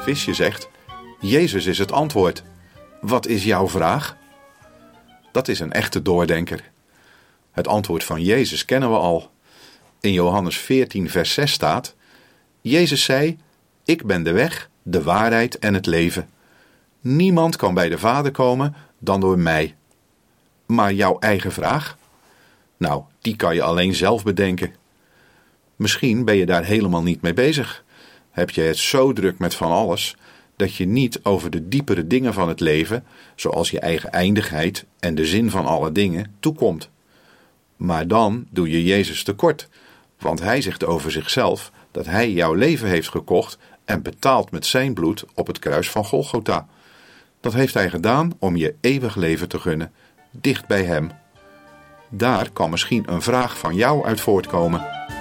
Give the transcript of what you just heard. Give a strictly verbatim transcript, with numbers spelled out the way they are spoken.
visje zegt: Jezus is het antwoord. Wat is jouw vraag? Dat is een echte doordenker. Het antwoord van Jezus kennen we al. In Johannes veertien vers zes staat: Jezus zei: Ik ben de weg, de waarheid en het leven. Niemand kan bij de Vader komen dan door mij. Maar jouw eigen vraag? Nou, die kan je alleen zelf bedenken. Misschien ben je daar helemaal niet mee bezig. Heb je het zo druk met van alles, dat je niet over de diepere dingen van het leven, zoals je eigen eindigheid en de zin van alle dingen, toekomt. Maar dan doe je Jezus tekort, want hij zegt over zichzelf dat hij jouw leven heeft gekocht en betaald met zijn bloed op het kruis van Golgotha. Dat heeft hij gedaan om je eeuwig leven te gunnen, dicht bij hem. Daar kan misschien een vraag van jou uit voortkomen.